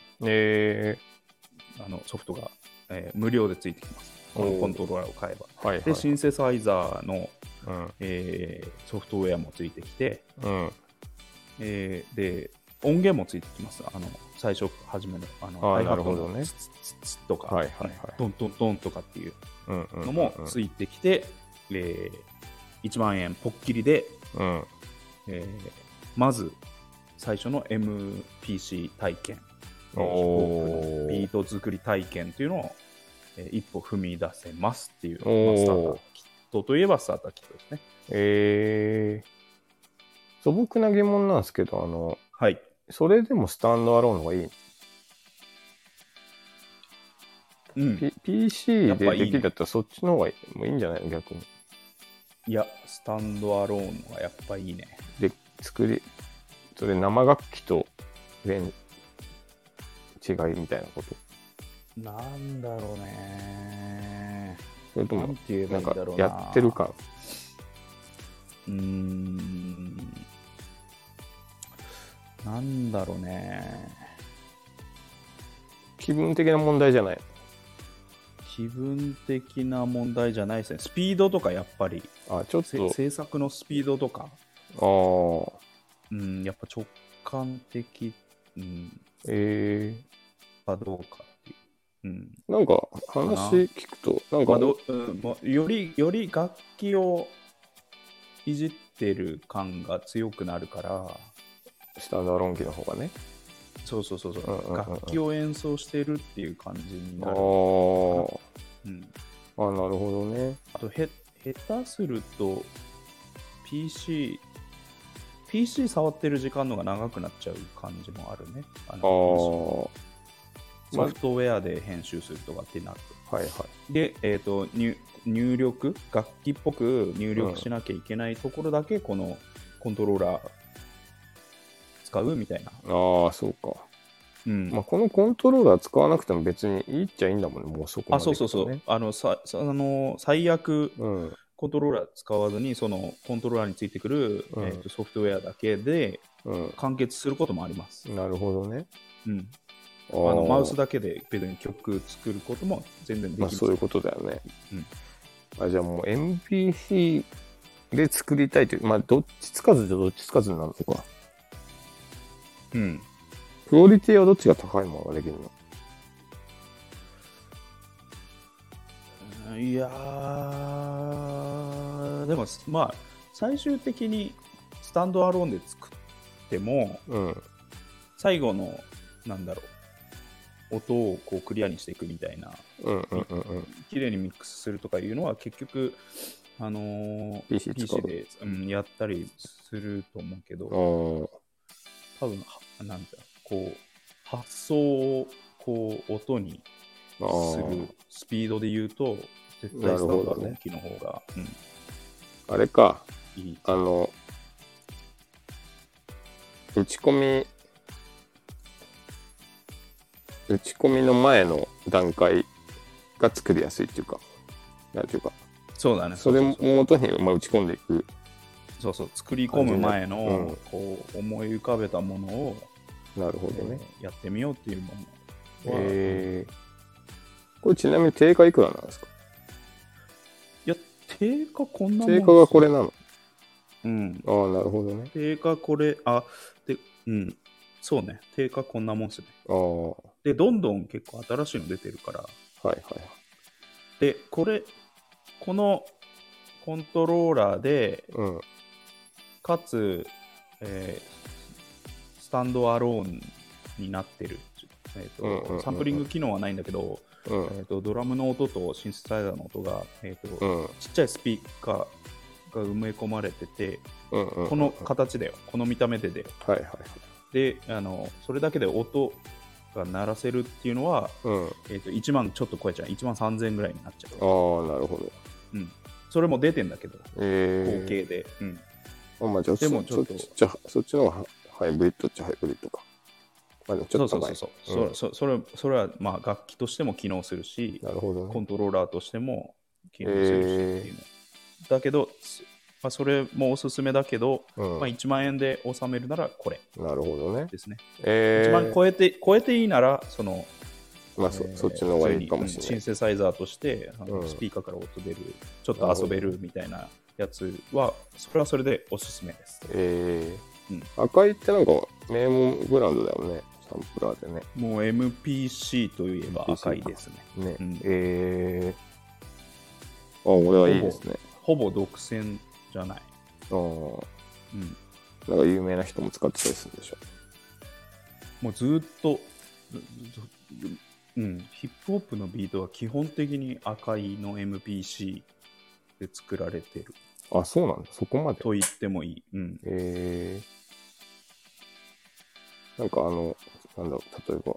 ソフトが、無料でついてきます。このコントローラーを買えば。で、シンセサイザーの、ソフトウェアもついてきて、で音源もついてきます。最初初めのハイハットのツツツツとか、ドンドンドンとかっていうのもついてきて、1万円ポッキリで、まず最初の MPC 体験、ビート作り体験というのを、一歩踏み出せますっていう、スターターキットといえばスターターキットですね。 素朴な疑問なんですけど、それでもスタンドアローンの方がいい、PC でできるんだったらそっちの方がいいんじゃないの、逆に。 いや、スタンドアローンのがやっぱいいね。 で、それ生楽器と違いみたいなこと。 なんだろうね。 それとも、なんかやってる感。 なんだろうね。 気分的な問題じゃない。 気分的な問題じゃないですね。スピードとかやっぱり。 ちょっと制作のスピードとか。やっぱ直感的、かどうかっていう。 なんか話聞くと、なんか、 より楽器をいじってる感が強くなるから、 スタンドアローン機の方がね。 そう、楽器を演奏してるっていう感じになる。なるほどね。 あと下手すると PC 触ってる時間のが長くなっちゃう感じもあるね。ソフトウェアで編集するとかってなると。で、入力、楽器っぽく入力しなきゃいけないところだけ、このコントローラー使うみたいな。 そうか。このコントローラー使わなくても別にいいっちゃいいんだもんね、もうそこまで、ね。 そう。最悪、コントローラー使わずに、そのコントローラーについてくる、ソフトウェアだけで完結することもあります。 なるほどね。 マウスだけで別に曲作ることも全然できる。 そういうことだよね。じゃあもう MPC で作りたいという、どっちつかずでどっちつかずになるのか。クオリティはどっちが高いものができるの？いやー、でも最終的にスタンドアローンで作っても、最後の音をこうクリアにしていくみたいな、綺麗にミックスするとかいうのは結局PC で、やったりすると思うけど、多分こう発想をこう音にするスピードで言うと絶対スタンドアローン機の方が、 あれか、 いい。 打ち込みの前の段階が作りやすいっていうか、なんていうか、 そうだね。 それを元に打ち込んでいく。 作り込む前の、こう思い浮かべたものを、 なるほどね、 やってみようっていうものは。これちなみに定価いくらなんですか？ いや、定価こんなもん。 定価がこれなの？なるほどね。 定価これ、そうね。定価こんなもんですね。で、どんどん結構新しいの出てるから。で、このコントローラーで、かつ、スタンドアローンになってる。サンプリング機能はないんだけど、ドラムの音とシンセサイザーの音が、ちっちゃいスピーカーが埋め込まれてて、この形だよ。この見た目でだよ。で、それだけで音が鳴らせるっていうのは、1万ちょっと超えちゃう。1万3000円ぐらいになっちゃう。 なるほど。 それも出てんだけど、合計で。 でもちょっとそっちの方がハイブリッドっちゃハイブリッドか。ちょっと高い。 それは楽器としても機能するし、 なるほどね、 コントローラーとしても機能するしっていうの。だけど、それもおすすめだけど、1万円で収めるならこれ。 なるほどね。 ですね。1万超えていいなら、そっちの方がいいかもしれない。 シンセサイザーとしてスピーカーから音出る、ちょっと遊べるみたいなやつは、それはそれでおすすめです。 赤いってなんか名門ブランドだよね、サンプラーでね。 もう MPC といえば赤いですね。 これはいいですね。 ほぼ独占じゃない。 なんか有名な人も使ってたりするんでしょ。 もうずっと、ヒップホップのビートは基本的に赤いの MPC で作られてる。 そうなんだ。そこまでと言ってもいい。 なんか例えば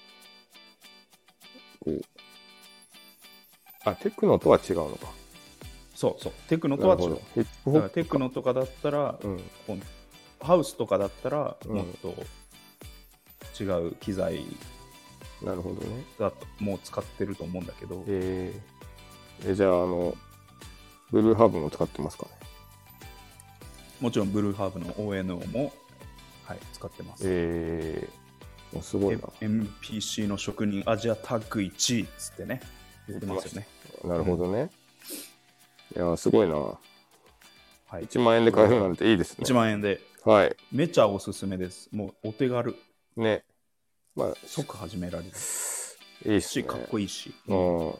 テクノとは違うのか。 テクノとは違う。テクノとかだったら、ハウスとかだったら、もっと違う機材なるほどね。 だともう使ってると思うんだけど。 じゃあブルーハーブも使ってますかね？ もちろんブルーハーブの ONO もはい、使ってます。 すごいな。 MPC の職人アジアタッグ1位っつってね、言ってますよね。 なるほどね。いや、すごいな。はい、1 万円で買えるなんていいですね。 1万円で。 はい。 めちゃおすすめです。もうお手軽。 ね。 まあ、即始められる。 いいし、ね、 かっこいいし。 はい。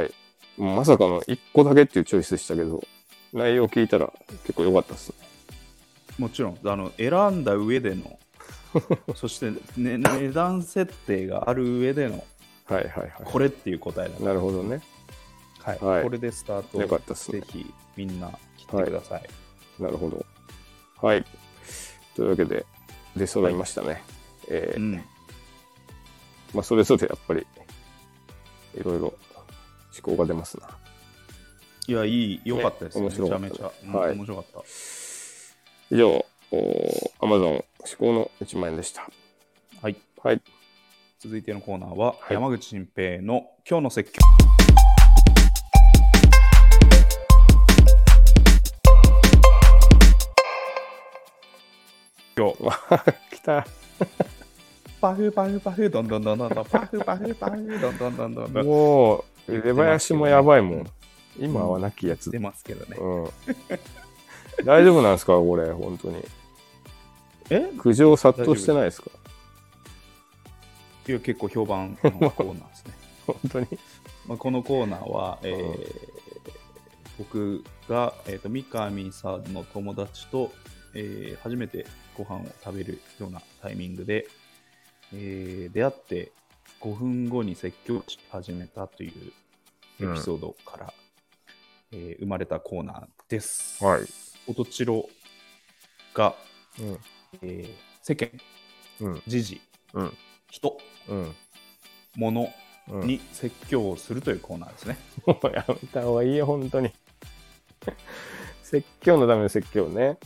まさかの1個だけっていうチョイスでしたけど、内容聞いたら結構良かったですね。 もちろん、選んだ上での、そして、ね、値段設定がある上での、これっていう答えだ。 なるほどね。 はい。これでスタート。 よかったっすね。 ぜひみんな切ってください。 なるほど。はい。というわけで、出揃いましたね。まあ、それぞれやっぱり、いろいろ思考が出ますな。 いや、良かったですね。 面白かった。 めちゃめちゃ、面白かった。 以上、Amazon 思考の1万円でした。 はい。 はい。 続いてのコーナーは、山口新平の今日の説教。今日。 来た。 パフパフパフ、どんどんどんどんどん、パフパフパフ、どんどんどんどんどん。 もう、出囃子もやばいもん。今はなきやつ。 出ますけどね。 大丈夫なんですかこれ、本当に。苦情殺到してないですか？ いや、結構評判のコーナーですね。 本当に。 このコーナーは、僕が、三上さんの友達と、初めてご飯を食べるようなタイミングで、出会って5分後に説教し始めたというエピソードから、生まれたコーナーです。 はい。 音千代が、世間、時事、人、物に説教をするというコーナーですね。 もうやめた方がいいよ、本当に。説教のための説教ね。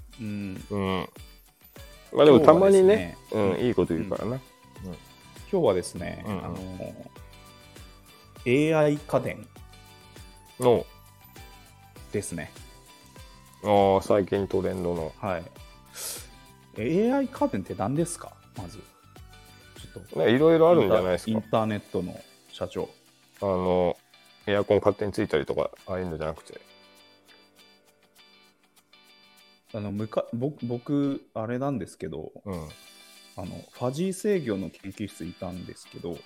まあでもたまにね、いいこと言うからな。 今日はですね、AI 家電ですね。 最近トレンドの。 はい。AI 家電って何ですか、まず。 ちょっと。いろいろあるんじゃないですか。 インターネットの社長。 エアコン勝手についたりとか、ああいうのじゃなくて。 僕、あれなんですけど、ファジー制御の研究室いたんですけど、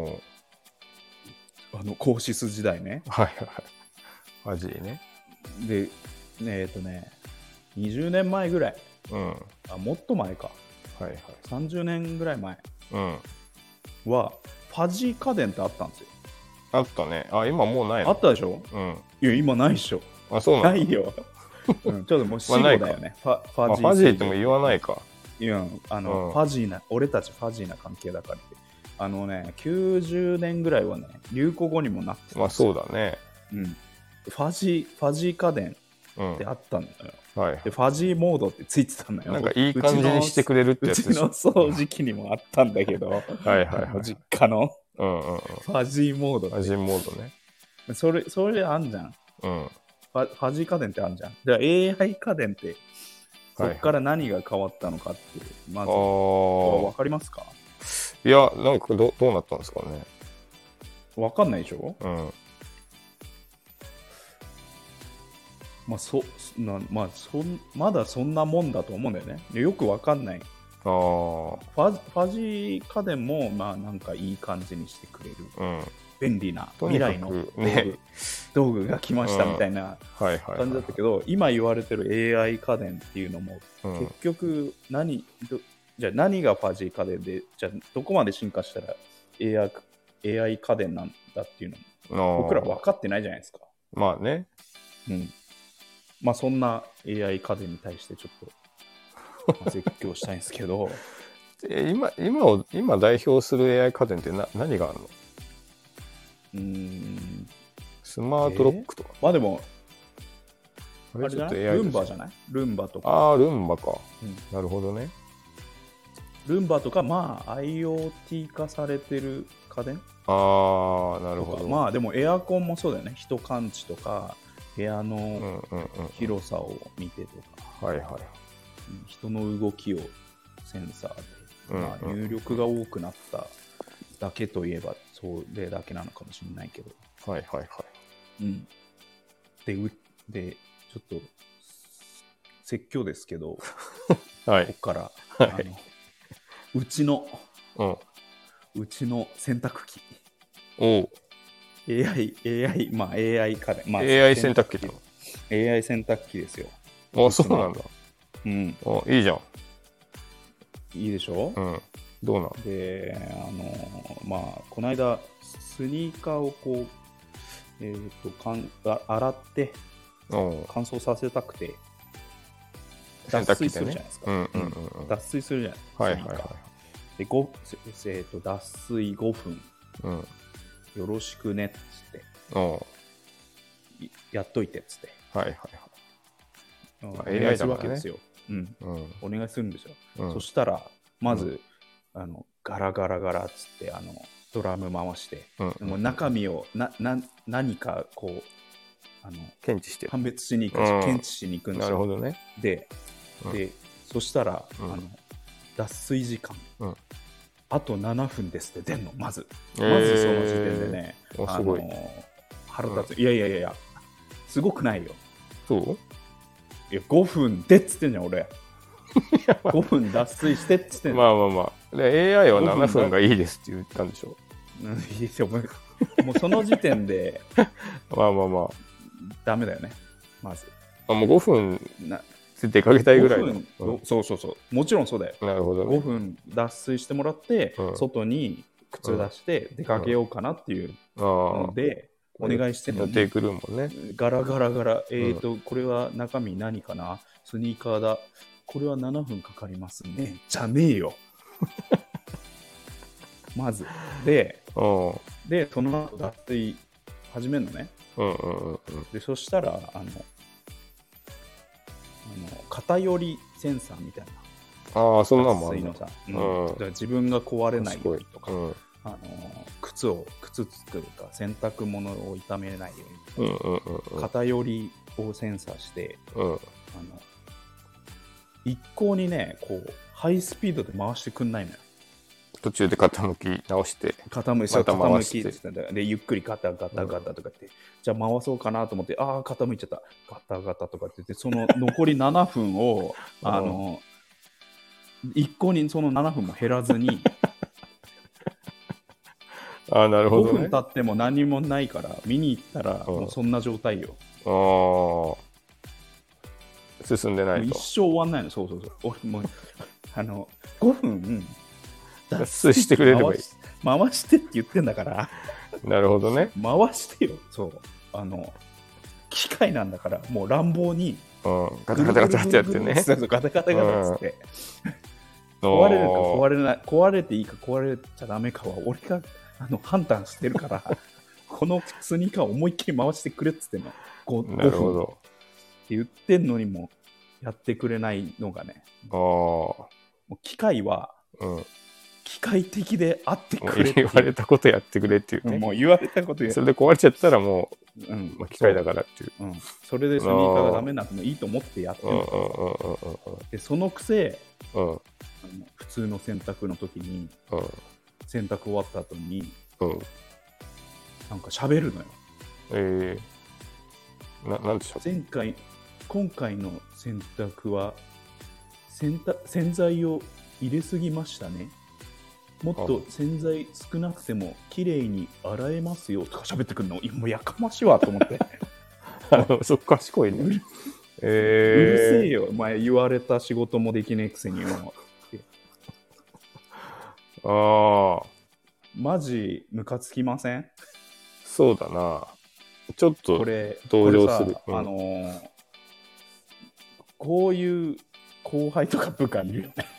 高シス時代ね。 はいはい。ファジーね。 で、20年前ぐらい、もっと前か、30年ぐらい前は、ファジー家電ってあったんですよ。 あったね。今もうないの？ あったでしょ？いや、今ないでしょ。 そうなの？ ないよ。ちょっともう死後だよね。ファジーっても言わないか。 いや、ファジーな、俺たちファジーな関係だからって。90年ぐらいはね、流行語にもなってた。 そうだね。 ファジー家電ってあったんだよ。で、ファジーモードってついてたんだよ。 なんかいい感じにしてくれるってやつ。 うちの掃除機にもあったんだけど、実家のファジーモード。 ファジーモードね。 それあんじゃん。ファジー家電ってあるじゃん。じゃあ AI 家電ってそこから何が変わったのかってまず分かりますか？ いや、なんかどうなったんですかね。 分かんないでしょ？まだそんなもんだと思うんだよね。よく分かんない。ファジー家電もなんかいい感じにしてくれる。便利な未来の道具が来ましたみたいな感じだったけど、今言われてる AI 家電っていうのも、結局じゃあ何がファジー家電で、じゃあどこまで進化したら AI 家電なんだっていうのも僕ら分かってないじゃないですか。 まあね。 そんな AI 家電に対してちょっと説教したいんですけど今代表する AI 家電って何があるの？スマートロックとか。 でもあれじゃない？ルンバじゃない？ルンバとか。ルンバか。なるほどね。 ルンバとか、IoT 化されてる家電？ なるほど。 でもエアコンもそうだよね。人感知とか部屋の広さを見てとか。 人の動きをセンサーで、入力が多くなっただけといえばそれだけなのかもしれないけど、 はいはいはい。 でちょっと説教ですけど、 はい、 ここから、うちの洗濯機、AI 家電、 AI 洗濯機と AI 洗濯機ですよ。 そうなんだ。いいじゃん。 いいでしょ。 どうなんで、この間スニーカーをこう、洗って乾燥させたくて脱水するじゃないですか。脱水するじゃないですか。で脱水5分、よろしくねっつってやっといてっつって、お願いするわけですよ。お願いするんですよ。そしたらまず、ガラガラガラっつってドラム回して、もう中身を何かこう検知して判別しに行くんですよ。検知しに行くんですよ。 なるほどね。 で、そしたら、脱水時間、あと7分ですって出んの。まずその時点でね、 すごい腹立つ。いやすごくないよ。 そう？ いや5分でっつってんじゃん俺。5分脱水してっつってんの。で AI は7分がいいですって言ったんでしょ。 いいですよ。もうその時点でダメだよね。まずもう5分出かけたいぐらいの。 そうもちろんそうだよ。 なるほど、ね、 5分脱水してもらって、外に靴出して出かけようかなっていうので、お願いしてるのに予定くるもんね。 ガラガラガラ、これは中身何かな、スニーカーだ、これは7分かかりますねじゃねえよまずでその後脱水始めるのね。でそしたら偏りセンサーみたいな、 そんなもんあるのさ、だから自分が壊れないようにとか、靴というか洗濯物を傷めないようにとか、偏りをセンサーして、一向にねこうハイスピードで回してくんないのよ。 途中で傾き直して傾きって言ってでゆっくりガタガタガタとかって、じゃあ回そうかなと思って傾いちゃったガタガタとかって言って、その残り7分を一向にその7分も減らずになるほど、ね、 5分経っても何もないから見に行ったらもうそんな状態よ。 進んでないと一生終わんないの。そう俺もう5分脱水してくれればいい。 回してって言ってんだからなるほどね。 回してよ。そう機械なんだから、もう乱暴にガタガタガタってやってね。 ガタガタガタっつって壊れるか壊れない、壊れていいか壊れちゃダメかは俺が判断してるからこのスニーカーを思いっきり回してくれっつってんの。 なるほどって言ってんのにもやってくれないのがね、もう機械は、機械的であってくれって言われたことやってくれっていうね。 もう言われたことそれで壊れちゃったらもう、機械だからっていう。 それでスニーカーがダメなのいいと思ってやってるで、そのくせ、普通の洗濯の時に、洗濯終わった後に、なんか喋るのよ。 なんでしょう。 今回の洗濯は洗剤を入れすぎましたね。もっと洗剤少なくても綺麗に洗えますよとか喋ってくるの。もうやかましいわと思ってそっか賢いね。 うるせえよ、お前言われた仕事もできねえくせによマジムカつきません？ そうだな。ちょっと同情する。 こういう後輩とか部下いるよね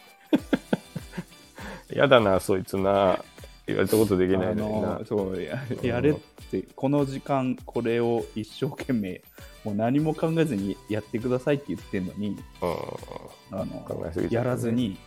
やだな、そいつな。言われたことできないのにな。 そうやれって、この時間これを一生懸命もう何も考えずにやってくださいって言ってんのに、やらずに、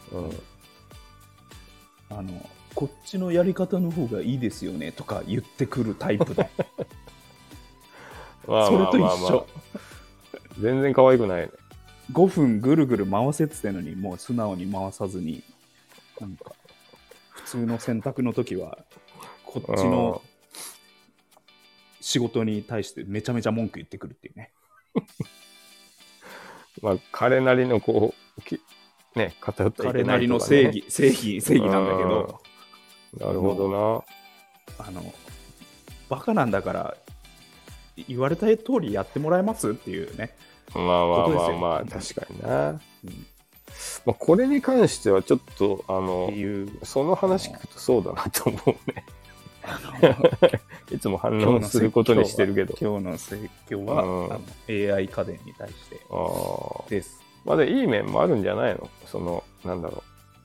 こっちのやり方の方がいいですよねとか言ってくるタイプでそれと一緒。 全然可愛くないね。 5分ぐるぐる回せって言ってのに、もう素直に回さずに、なんか、普通の洗濯の時は、こっちの仕事に対してめちゃめちゃ文句言ってくるっていうね。 まあ、彼なりのこう、ね、偏った意見、 彼なりの正義なんだけど。 なるほどな。 バカなんだから、言われた通りやってもらえますっていうね。 まあ、確かにな。まあ、これに関してはちょっと、その話聞くとそうだなと思うね。いつも反論することにしてるけど。 今日の説教は、AI 家電に対してです。 まだいい面もあるんじゃないの？なんだろ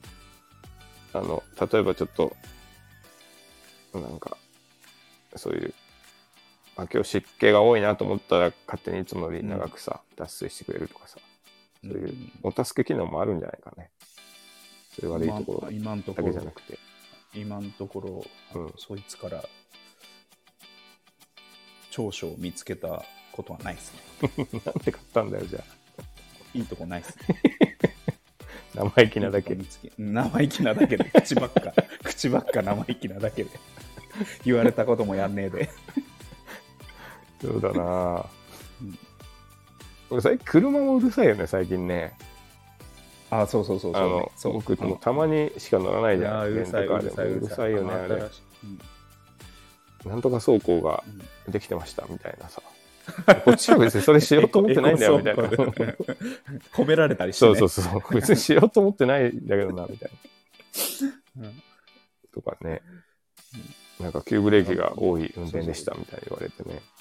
う。例えばちょっと、なんか、そういう、今日湿気が多いなと思ったら勝手にいつもより長くさ、脱水してくれるとかさ、そういうお助け機能もあるんじゃないかね。それ悪いところだけじゃなくて。 今のところ、そいつから長所を見つけたことはないですね。 なんで買ったんだよ、じゃあ。 いいとこないですね。 生意気なだけ。 生意気なだけで、口ばっか生意気なだけで。言われたこともやんねえで。 そうだな。俺最近車もうるさいよね、最近ね。 あ、そう。 僕もたまにしか乗らないじゃん。 うるさいよね、 あれ。なんとか走行ができてましたみたいなさ。こっちは別にそれしようと思ってないんだよみたいな。 褒められたりしてね。 そう。別にしようと思ってないんだけどなみたいな。とかね。なんか急ブレーキが多い運転でしたみたいに言われてね。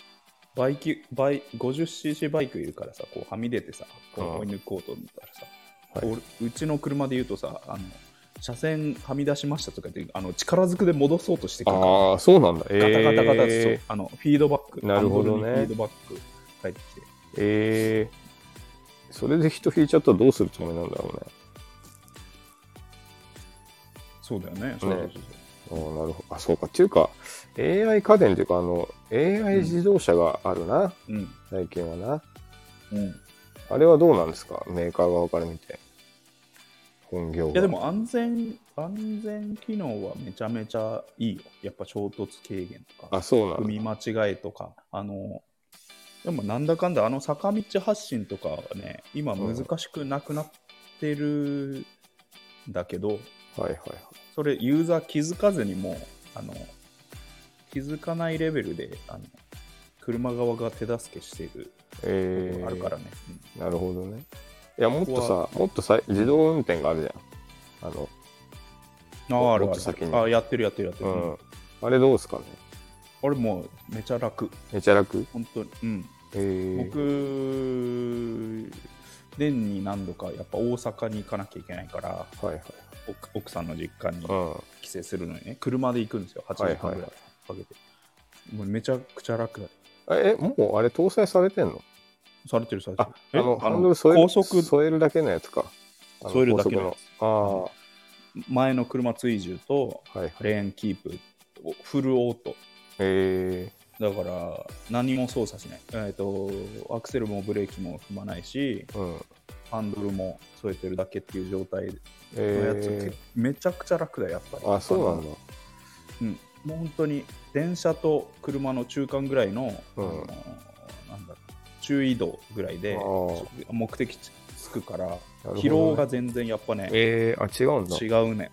50cc バイクいるからさ、こうはみ出てさ、こう追い抜こうと思ったらさ、うちの車で言うとさ、車線はみ出しましたとかで力ずくで戻そうとしてくるから。 ああ、そうなんだ。 ガタガタガタと、フィードバック。 なるほどね。 フィードバック返ってきて。 それで人引いちゃったらどうするつもりなんだろうね。 そうだよね。 そう。なるほど。あ、そうか。っていうか、AI 家電っていうか、AI 自動車があるな。最近はな。あれはどうなんですか？メーカー側から見て。本業が。 いやでも安全機能はめちゃめちゃいいよ。やっぱ衝突軽減とか、踏み間違えとか、でもなんだかんだ坂道発進とかはね、今難しくなくなってるんだけど、それユーザー気づかずにも気づかないレベルで車側が手助けしていることがあるからね。 なるほどね。いやもっとさ自動運転があるじゃん。 あるもっと先に。 やってる。 あれどうですかね。 あれもうめちゃ楽。本当に。僕年に何度かやっぱ大阪に行かなきゃいけないから、奥さんの実家に帰省するのにね、車で行くんですよ。8時間ぐらいかけて。もうめちゃくちゃ楽だ。 もうあれ搭載されてんの？ されてる。 ハンドル添えるだけのやつか。 添えるだけのやつ。前の車追従とレーンキープ、フルオート。だから何も操作しない。アクセルもブレーキも踏まないし、ハンドルも添えてるだけっていう状態のやつ、めちゃくちゃ楽だよやっぱり。 あ、そうなんだ。 もう本当に電車と車の中間ぐらいの、中移動ぐらいで目的地着くから、疲労が全然やっぱね、 違うんだ。 違うね。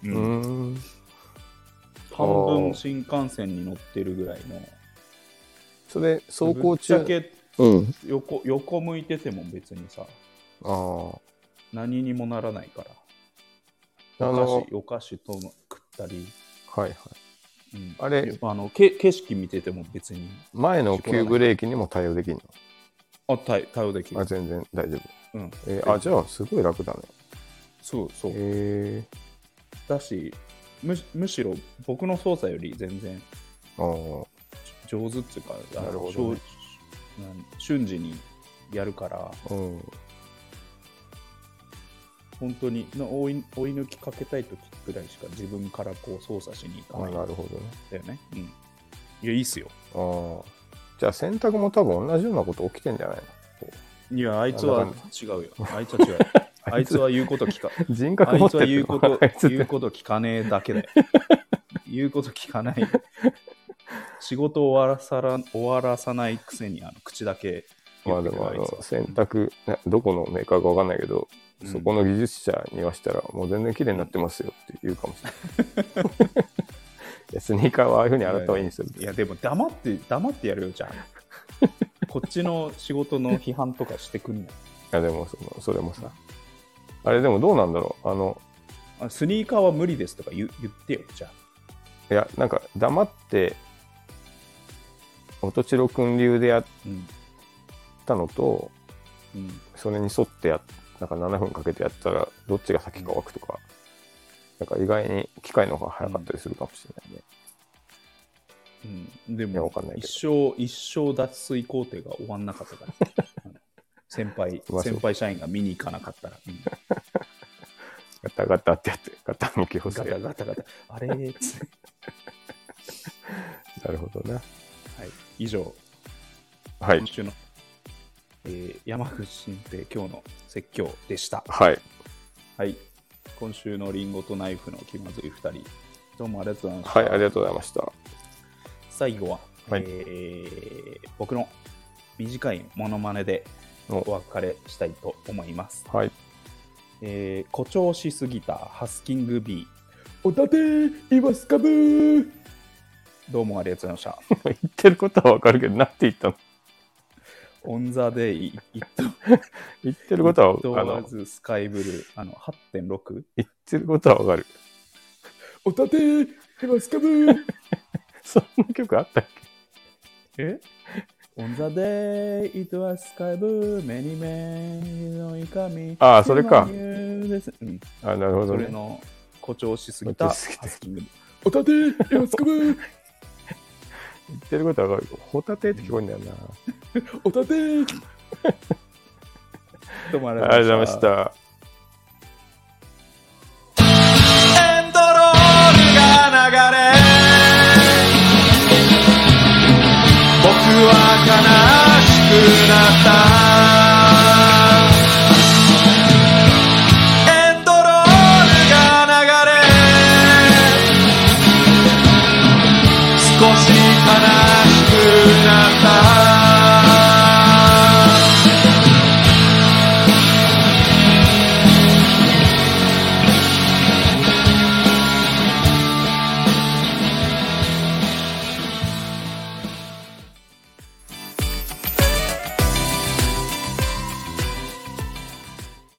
半分新幹線に乗ってるぐらいの。 それ走行中横向いてても別にさ、何にもならないから、お菓子と食ったり、 あれ景色見てても別に前の急ブレーキにも対応できるの？対応できる。 全然大丈夫。じゃあすごい楽だね。 そう。だし、むしろ僕の操作より全然上手っていうか、瞬時にやるから、本当に追い抜きかけたい時ぐらいしか自分からこう操作しに行かない。 なるほどね。 だよね。いや、いいっすよ。 じゃあ洗濯も多分同じようなこと起きてんじゃないの？ いや、あいつは違うよ。あいつは違う。あいつは言うこと聞か、 人格持ってる。 あいつは言うこと聞かねえだけだよ。言うこと聞かない。仕事を終わらさないくせに口だけ。 まあでも洗濯、どこのメーカーかわかんないけど、そこの技術者に言わしたら、もう全然綺麗になってますよって言うかもしれない。いやスニーカーはああいうふうに洗った方がいいんですよ。 いやでも黙ってやるよ、じゃあ。こっちの仕事の批判とかしてくんない。いやでもそれもさ、あれでもどうなんだろう。スニーカーは無理ですとか言ってよ、じゃあ。いや、なんか黙って、音千代くん流でやったのと、それに沿ってなんか7分かけてやったら、どっちが先乾くとか、なんか意外に機械の方が早かったりするかもしれないね。 でも一生脱水工程が終わんなかったから先輩社員が見に行かなかったら、 ガタガタってやってガタ向き干せガタあれーつなるほどな。はい、 以上、 はい、 今週の、山口新平今日の説教でした。 はい、 はい、今週のリンゴとナイフの気まずい2人、どうもありがとうございました。 はい、ありがとうございました。 最後は、 はい、 僕の短いモノマネでお別れしたいと思います。 はい、 誇張しすぎたハスキング B、 おたていますかぶー。どうもありがとうございました。 言ってることはわかるけど、なんて言ったの？ オンザデイ、 言ってることは、 スカイブルー、8.6？ 言ってることはわかる。 おたていますかぶー。 そんな曲あったっけ？On the day it was sky blue, many menの髪。 ああ、それか。 なるほどね。 それの誇張しすぎたハスキング。おたていますかぶー。 言ってることはわかる。ホタテって聞こえるんだよな。 おたてー。どうもありがとうございました。 エンドロールが流れ、僕は悲しくなった。